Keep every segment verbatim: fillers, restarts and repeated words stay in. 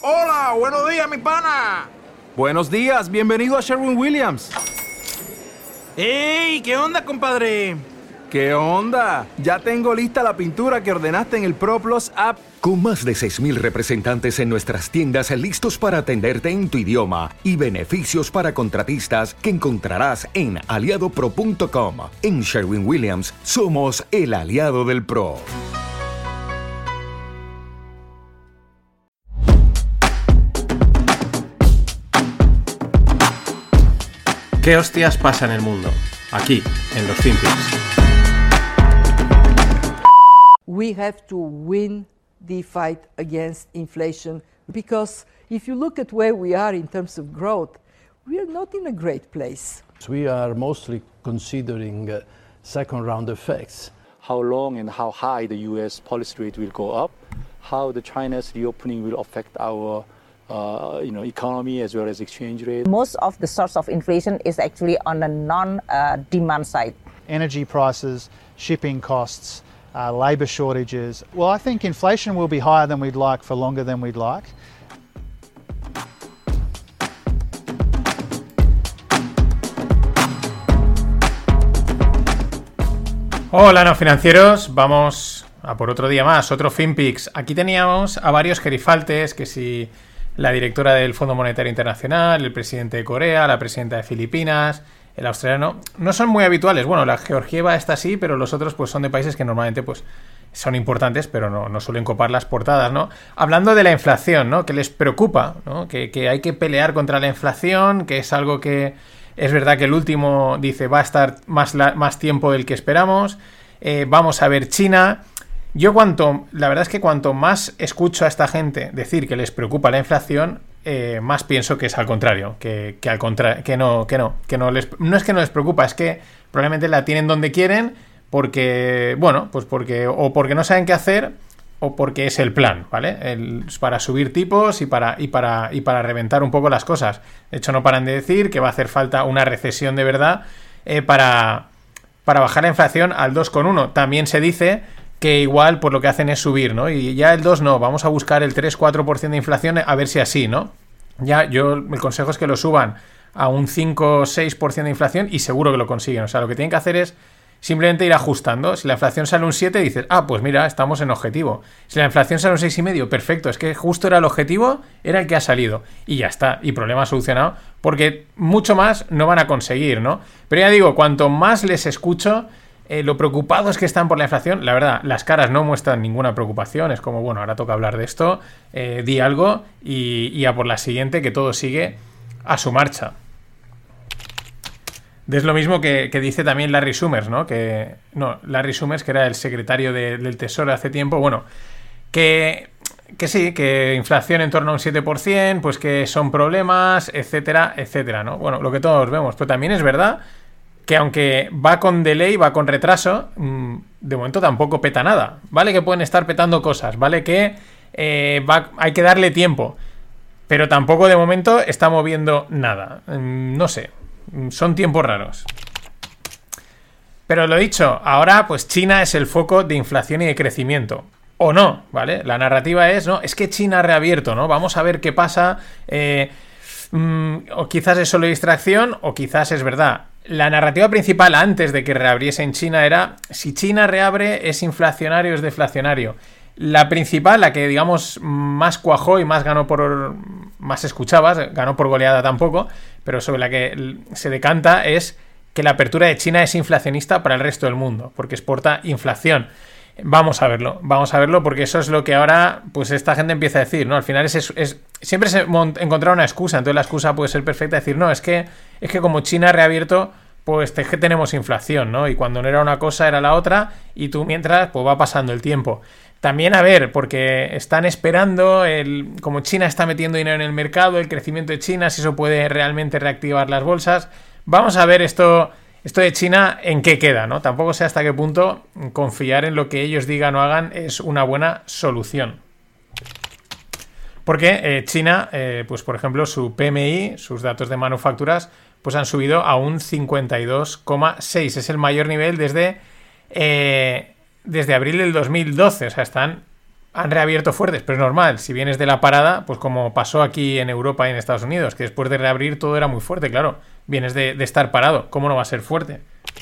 Hola, buenos días, mi pana. Buenos días, bienvenido a Sherwin-Williams. ¡Ey! ¿Qué onda, compadre? ¿Qué onda? Ya tengo lista la pintura que ordenaste en el ProPlus app. Con más de seis mil representantes en nuestras tiendas listos para atenderte en tu idioma y beneficios para contratistas que encontrarás en aliado pro punto com. En Sherwin-Williams somos el aliado del pro. ¿Qué hostias pasa en el mundo? Aquí, en los FinPix. We have to win the fight against inflation because if you look at where we are in terms of growth, we are not in a great place. We are mostly considering uh, second round effects. How long and how high the U S policy rate will go up, how the China's reopening will affect our Uh, you know, economy as well as exchange rate. Most of the source of inflation is actually on the non-demand uh, side. Energy prices, shipping costs, uh, labour shortages. Well, I think inflation will be higher than we'd like for longer than we'd like. Hola, no financieros, vamos a por otro día más, otro FinPix. Aquí teníamos a varios gerifaltes, que si la directora del Fondo Monetario Internacional, el presidente de Corea, la presidenta de Filipinas, el australiano, no son muy habituales. Bueno, la georgieva está sí, pero los otros pues son de países que normalmente pues son importantes, pero no, no suelen copar las portadas, ¿no? Hablando de la inflación, ¿no? Que les preocupa, ¿no? Que, que hay que pelear contra la inflación, que es algo que es verdad que el último dice va a estar más, la, más tiempo del que esperamos. Eh, vamos a ver China. Yo cuanto, la verdad es que cuanto más escucho a esta gente decir que les preocupa la inflación, eh, más pienso que es al contrario, que, que al contrario, que no, que no, que no les, no es que no les preocupa, es que probablemente la tienen donde quieren, porque, bueno, pues porque, o porque no saben qué hacer, o porque es el plan, ¿vale? El, para subir tipos y para, y para, y para reventar un poco las cosas. De hecho, no paran de decir que va a hacer falta una recesión de verdad eh, para, para bajar la inflación al dos coma uno. También se dice que igual por lo que hacen es subir, ¿no? Y ya el dos no, vamos a buscar el tres cuatro por ciento de inflación a ver si así, ¿no? Ya, yo, el consejo es que lo suban a un cinco o seis por ciento de inflación y seguro que lo consiguen. O sea, lo que tienen que hacer es simplemente ir ajustando. Si la inflación sale un siete, dices, ah, pues mira, estamos en objetivo. Si la inflación sale un seis coma cinco, perfecto, es que justo era el objetivo, era el que ha salido. Y ya está, y problema solucionado, porque mucho más no van a conseguir, ¿no? Pero ya digo, cuanto más les escucho, Eh, lo preocupados que están por la inflación, la verdad, las caras no muestran ninguna preocupación, es como, bueno, ahora toca hablar de esto, eh, di algo y, y a por la siguiente, que todo sigue a su marcha. Es lo mismo que, que dice también Larry Summers, ¿no? Que, no, Larry Summers, que era el secretario de, del Tesoro hace tiempo, bueno, que, que sí, que inflación en torno a un siete por ciento, pues que son problemas, etcétera, etcétera, ¿no? Bueno, lo que todos vemos, pero también es verdad que aunque va con delay, va con retraso, de momento tampoco peta nada. Vale que pueden estar petando cosas, vale que eh, va, hay que darle tiempo, pero tampoco de momento está moviendo nada. No sé, son tiempos raros. Pero lo dicho, ahora pues China es el foco de inflación y de crecimiento. O no, ¿vale? La narrativa es, no, es que China ha reabierto, ¿no? Vamos a ver qué pasa. Eh, mm, o quizás es solo distracción, o quizás es verdad. La narrativa principal antes de que reabriese en China era si China reabre es inflacionario o es deflacionario. La principal, la que digamos más cuajó y más ganó por... más escuchabas, ganó por goleada tampoco, pero sobre la que se decanta es que la apertura de China es inflacionista para el resto del mundo, porque exporta inflación. Vamos a verlo, vamos a verlo, porque eso es lo que ahora pues esta gente empieza a decir, ¿no? Al final es, es, es siempre se encontrar una excusa, entonces la excusa puede ser perfecta, decir, no, es que es que como China ha reabierto, pues es que tenemos inflación, ¿no? Y cuando no era una cosa era la otra, y tú mientras pues va pasando el tiempo. También a ver, porque están esperando, el, como China está metiendo dinero en el mercado, el crecimiento de China, si eso puede realmente reactivar las bolsas. Vamos a ver esto... Esto de China, ¿en qué queda, no? Tampoco sé hasta qué punto confiar en lo que ellos digan o hagan es una buena solución. Porque eh, China, eh, pues por ejemplo, su P M I, sus datos de manufacturas, pues han subido a un cincuenta y dos coma seis. Es el mayor nivel desde, eh, desde abril del dos mil doce. O sea, están han reabierto fuertes, pero es normal. Si vienes de la parada, pues como pasó aquí en Europa y en Estados Unidos, que después de reabrir todo era muy fuerte, claro. Vienes de, de estar parado, ¿cómo no va a ser fuerte?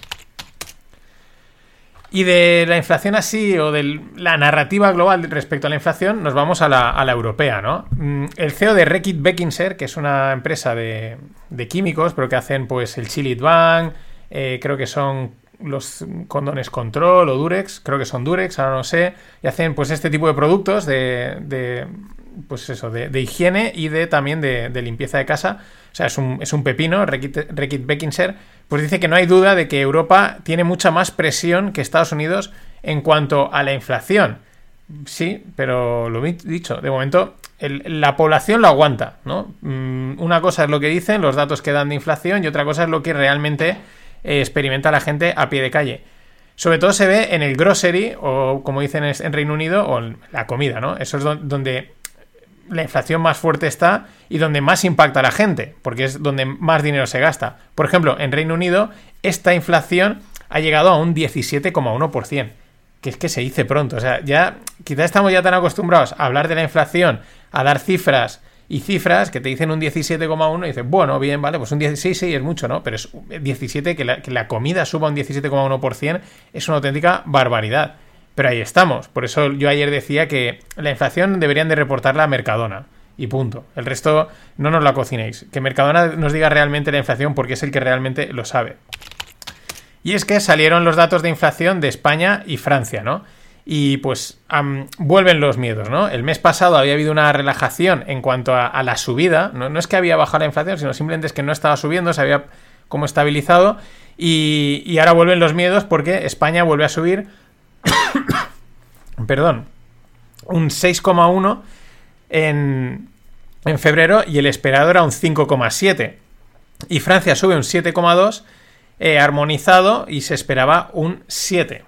Y de la inflación así, o de la narrativa global respecto a la inflación, nos vamos a la, a la europea, ¿no? El C E O de Reckitt Benckiser, que es una empresa de, de químicos, pero que hacen pues el Chilit Bank, eh, creo que son los condones Control o Durex, creo que son Durex, ahora no sé, y hacen pues este tipo de productos de, de pues eso, de, de higiene y de también de, de limpieza de casa. O sea, es un, es un pepino, Reckitt, Reckitt Benckiser, pues dice que no hay duda de que Europa tiene mucha más presión que Estados Unidos en cuanto a la inflación. Sí, pero lo he dicho, de momento el, la población lo aguanta, ¿no? Mm, una cosa es lo que dicen, los datos que dan de inflación, y otra cosa es lo que realmente eh, experimenta la gente a pie de calle. Sobre todo se ve en el grocery, o como dicen en Reino Unido, o en la comida, ¿no? Eso es donde la inflación más fuerte está y donde más impacta a la gente, porque es donde más dinero se gasta. Por ejemplo, en Reino Unido, esta inflación ha llegado a un diecisiete coma uno por ciento, que es que se dice pronto. O sea, ya quizás estamos ya tan acostumbrados a hablar de la inflación, a dar cifras y cifras que te dicen un diecisiete coma uno y dices, bueno, bien, vale, pues un dieciséis sí es mucho, ¿no? Pero es diecisiete, que la, que la comida suba un diecisiete coma uno por ciento es una auténtica barbaridad. Pero ahí estamos. Por eso yo ayer decía que la inflación deberían de reportarla a Mercadona. Y punto. El resto no nos la cocinéis. Que Mercadona nos diga realmente la inflación, porque es el que realmente lo sabe. Y es que salieron los datos de inflación de España y Francia, ¿no? Y pues um, vuelven los miedos, ¿no? El mes pasado había habido una relajación en cuanto a, a la subida. No, no es que había bajado la inflación, sino simplemente es que no estaba subiendo, se había como estabilizado. Y, y ahora vuelven los miedos porque España vuelve a subir... perdón, un seis coma uno en, en febrero, y el esperado era un cinco coma siete, y Francia sube un siete coma dos eh, armonizado, y se esperaba un siete.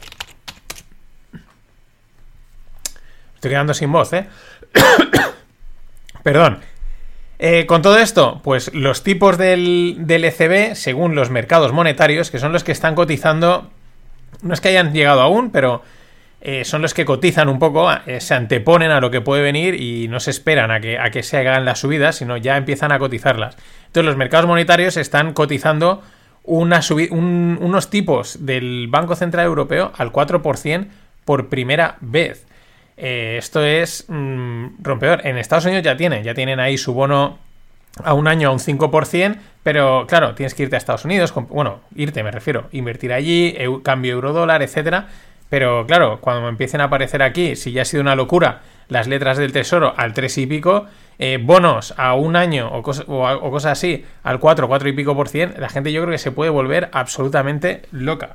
Estoy quedando sin voz, ¿eh? Perdón. Eh, con todo esto, pues los tipos del, del E C B, según los mercados monetarios, que son los que están cotizando, no es que hayan llegado aún, pero eh, son los que cotizan un poco, eh, se anteponen a lo que puede venir y no se esperan a que, a que se hagan las subidas, sino ya empiezan a cotizarlas. Entonces los mercados monetarios están cotizando una subi- un, unos tipos del Banco Central Europeo al cuatro por ciento por primera vez. Eh, esto es mmm, rompedor. En Estados Unidos ya tienen, ya tienen ahí su bono a un año a un cinco por ciento, pero claro, tienes que irte a Estados Unidos, con, bueno, irte me refiero, invertir allí, eu, cambio euro-dólar, etcétera. Pero claro, cuando empiecen a aparecer aquí, si ya ha sido una locura, las letras del tesoro al tres y pico, eh, bonos a un año o, cos, o, o cosas así al cuatro, cuatro y pico por cien, la gente yo creo que se puede volver absolutamente loca.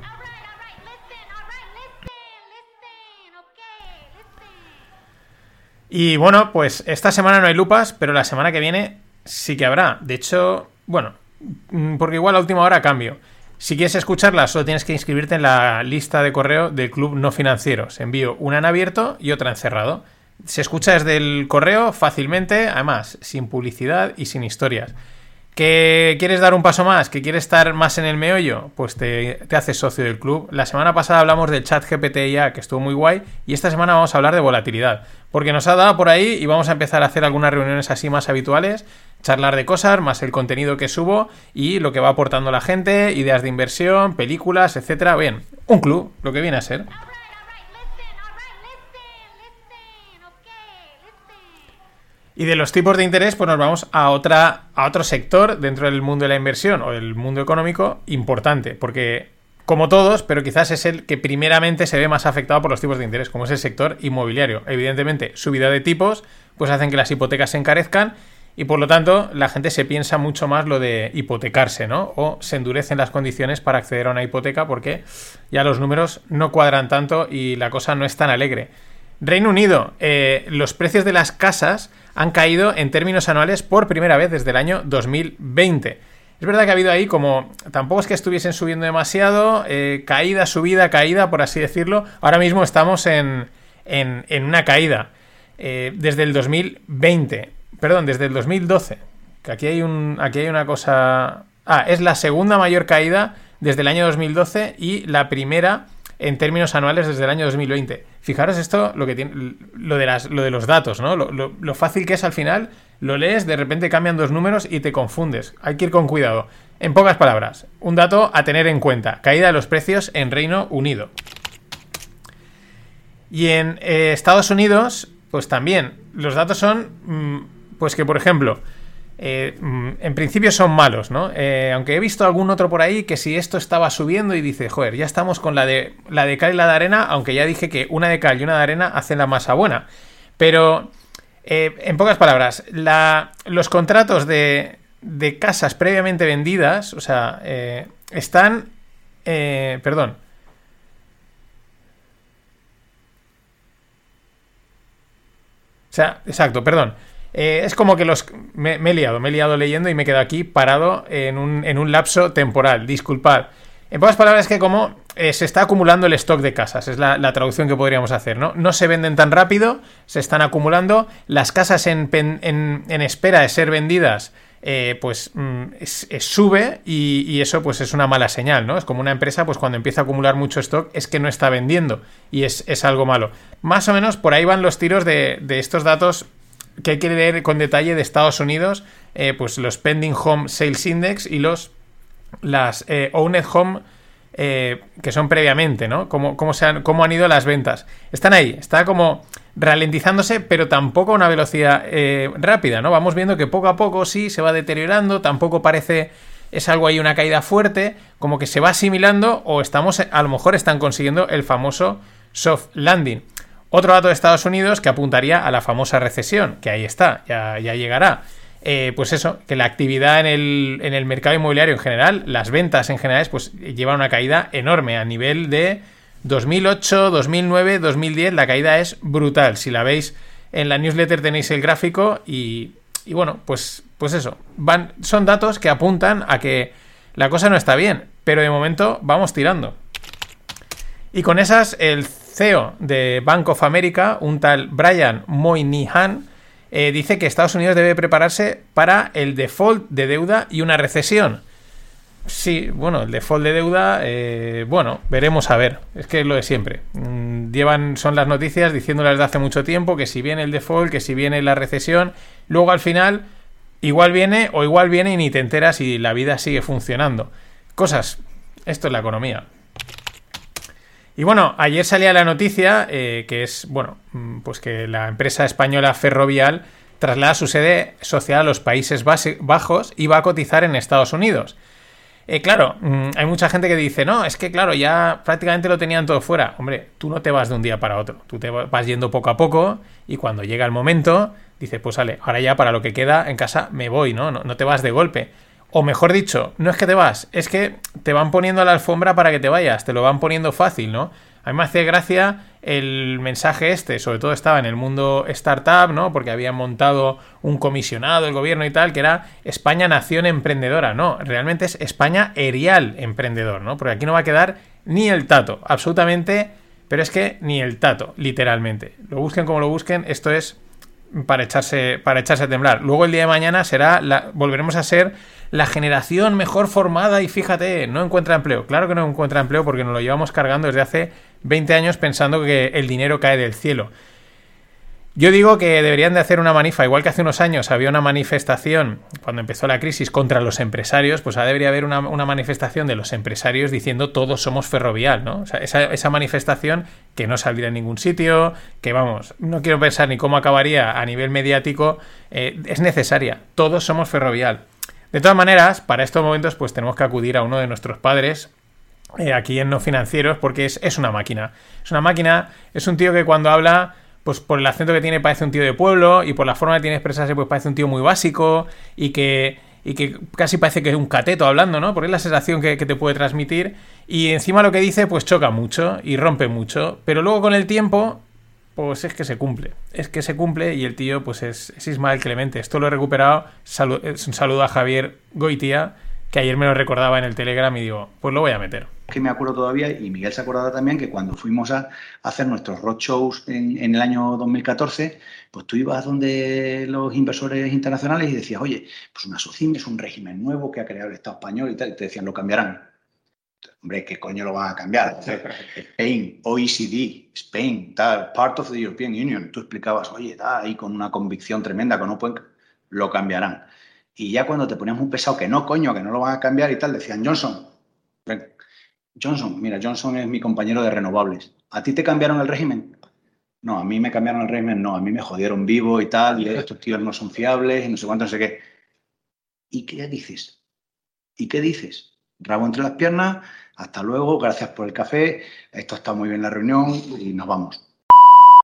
Y bueno, pues esta semana no hay lupas, pero la semana que viene sí que habrá. De hecho, bueno, porque igual a última hora cambio. Si quieres escucharla, solo tienes que inscribirte en la lista de correo del Club No Financieros. Envío una en abierto y otra en cerrado. Se escucha desde el correo fácilmente, además, sin publicidad y sin historias. ¿Que quieres dar un paso más? ¿Que quieres estar más en el meollo? Pues te, te haces socio del club. La semana pasada hablamos del chat G P T I A, que estuvo muy guay, y esta semana vamos a hablar de volatilidad, porque nos ha dado por ahí y vamos a empezar a hacer algunas reuniones así más habituales, charlar de cosas, más el contenido que subo y lo que va aportando la gente, ideas de inversión, películas, etcétera. Bien, un club, lo que viene a ser. Y de los tipos de interés, pues nos vamos a otra a otro sector dentro del mundo de la inversión o del mundo económico importante, porque como todos, pero quizás es el que primeramente se ve más afectado por los tipos de interés, como es el sector inmobiliario. Evidentemente, subida de tipos pues hacen que las hipotecas se encarezcan y por lo tanto la gente se piensa mucho más lo de hipotecarse, ¿no? O se endurecen las condiciones para acceder a una hipoteca porque ya los números no cuadran tanto y la cosa no es tan alegre. Reino Unido, eh, los precios de las casas han caído en términos anuales por primera vez desde el año dos mil veinte. Es verdad que ha habido ahí como, tampoco es que estuviesen subiendo demasiado, eh, caída, subida, caída, por así decirlo. Ahora mismo estamos en, en, en una caída eh, desde el dos mil veinte, perdón, desde el dos mil doce, que aquí hay, un, aquí hay una cosa... Ah, es la segunda mayor caída desde el año dos mil doce y la primera en términos anuales desde el año dos mil veinte. Fijaros esto, lo que tiene, lo de las, lo de los datos, ¿no? Lo, lo, lo fácil que es al final, lo lees, de repente cambian dos números y te confundes. Hay que ir con cuidado. En pocas palabras, un dato a tener en cuenta: caída de los precios en Reino Unido. Y en eh, Estados Unidos, pues también, los datos son, mmm, pues que por ejemplo, Eh, en principio son malos, ¿no? Eh, aunque he visto algún otro por ahí que si esto estaba subiendo y dice, joder, ya estamos con la de la de cal y la de arena, aunque ya dije que una de cal y una de arena hacen la masa buena. Pero, eh, en pocas palabras, la, los contratos de, de casas previamente vendidas, o sea, eh, están... Eh, perdón. O sea, exacto, perdón. Eh, es como que los... Me, me he liado, me he liado leyendo y me he quedado aquí parado en un, en un lapso temporal. Disculpad. En pocas palabras, es que como eh, se está acumulando el stock de casas, es la, la traducción que podríamos hacer, ¿no? No se venden tan rápido, se están acumulando. Las casas en, en, en espera de ser vendidas, eh, pues mm, es, es, sube y, y eso pues es una mala señal, ¿no? Es como una empresa, pues cuando empieza a acumular mucho stock es que no está vendiendo y es, es algo malo. Más o menos por ahí van los tiros de, de estos datos que hay que leer con detalle de Estados Unidos, eh, pues los Pending Home Sales Index y los las eh, Owned Home, eh, que son previamente, ¿no? Cómo, cómo, se han, cómo han ido las ventas. Están ahí, está como ralentizándose, pero tampoco a una velocidad eh, rápida, ¿no? Vamos viendo que poco a poco sí se va deteriorando, tampoco parece es algo ahí una caída fuerte, como que se va asimilando o estamos, a lo mejor están consiguiendo el famoso soft landing. Otro dato de Estados Unidos que apuntaría a la famosa recesión, que ahí está, ya, ya llegará. Eh, pues eso, que la actividad en el, en el mercado inmobiliario en general, las ventas en general, pues llevan una caída enorme a nivel de dos mil ocho, dos mil nueve, dos mil diez. La caída es brutal. Si la veis en la newsletter tenéis el gráfico y, y bueno, pues, pues eso. Van, son datos que apuntan a que la cosa no está bien, pero de momento vamos tirando. Y con esas, el C E O de Bank of America, un tal Brian Moynihan, eh, dice que Estados Unidos debe prepararse para el default de deuda y una recesión. Sí, bueno, el default de deuda, eh, bueno, veremos a ver. Es que es lo de siempre. Mm, llevan, son las noticias diciéndolas desde hace mucho tiempo que si viene el default, que si viene la recesión, luego al final igual viene o igual viene y ni te enteras y la vida sigue funcionando. Cosas, esto es la economía. Y bueno, ayer salía la noticia eh, que es, bueno, pues que la empresa española Ferrovial traslada su sede social a los Países Bajos y va a cotizar en Estados Unidos. Eh, claro, hay mucha gente que dice, no, es que claro, ya prácticamente lo tenían todo fuera. Hombre, tú no te vas de un día para otro, tú te vas yendo poco a poco y cuando llega el momento, dices, pues vale, ahora ya para lo que queda en casa me voy, ¿no? No, no te vas de golpe. O mejor dicho, no es que te vas, es que te van poniendo la alfombra para que te vayas, te lo van poniendo fácil, ¿no? A mí me hacía gracia el mensaje este, sobre todo estaba en el mundo startup, ¿no? Porque habían montado un comisionado, el gobierno y tal, que era España Nación Emprendedora, ¿no? Realmente es España Erial Emprendedor, ¿no? Porque aquí no va a quedar ni el tato, absolutamente, pero es que ni el tato, literalmente. Lo busquen como lo busquen, esto es para echarse, para echarse a temblar. Luego el día de mañana será la, volveremos a ser la generación mejor formada y fíjate, no encuentra empleo. Claro que no encuentra empleo porque nos lo llevamos cargando desde hace veinte años pensando que el dinero cae del cielo. Yo digo que deberían de hacer una manifa, igual que hace unos años había una manifestación cuando empezó la crisis contra los empresarios, pues ahora debería haber una, una manifestación de los empresarios diciendo todos somos Ferrovial, ¿no? O sea, esa, esa manifestación que no saldría en ningún sitio, que vamos, no quiero pensar ni cómo acabaría a nivel mediático, eh, es necesaria, todos somos Ferrovial. De todas maneras, para estos momentos pues tenemos que acudir a uno de nuestros padres, eh, aquí en No Financieros, porque es, es una máquina, es una máquina, es un tío que cuando habla, pues por el acento que tiene parece un tío de pueblo y por la forma que tiene de expresarse pues parece un tío muy básico y que, y que casi parece que es un cateto hablando, ¿no? Porque es la sensación que, que te puede transmitir y encima lo que dice pues choca mucho y rompe mucho, pero luego con el tiempo pues es que se cumple, es que se cumple y el tío pues es, es Ismael Clemente. Esto lo he recuperado, Salu- un saludo a Javier Goitia, que ayer me lo recordaba en el Telegram y digo, pues lo voy a meter. Que me acuerdo todavía, y Miguel se acordaba también, que cuando fuimos a hacer nuestros roadshows en, en el año dos mil catorce, pues tú ibas donde los inversores internacionales y decías, oye, pues una SOCIM es un régimen nuevo que ha creado el Estado español y tal, y te decían, lo cambiarán. Hombre, ¿qué coño lo van a cambiar? Spain, O E C D, Spain, tal, part of the European Union. Tú explicabas, oye, está ahí con una convicción tremenda, que no pueden, lo cambiarán. Y ya cuando te ponías muy pesado, que no, coño, que no lo van a cambiar y tal, decían, Johnson, ven. Johnson, mira, Johnson es mi compañero de renovables. ¿A ti te cambiaron el régimen? No, a mí me cambiaron el régimen, no, a mí me jodieron vivo y tal, y estos tíos no son fiables y no sé cuánto, no sé qué. ¿Y qué dices? ¿Y qué dices? Rabo entre las piernas, hasta luego, gracias por el café, esto está muy bien la reunión y nos vamos.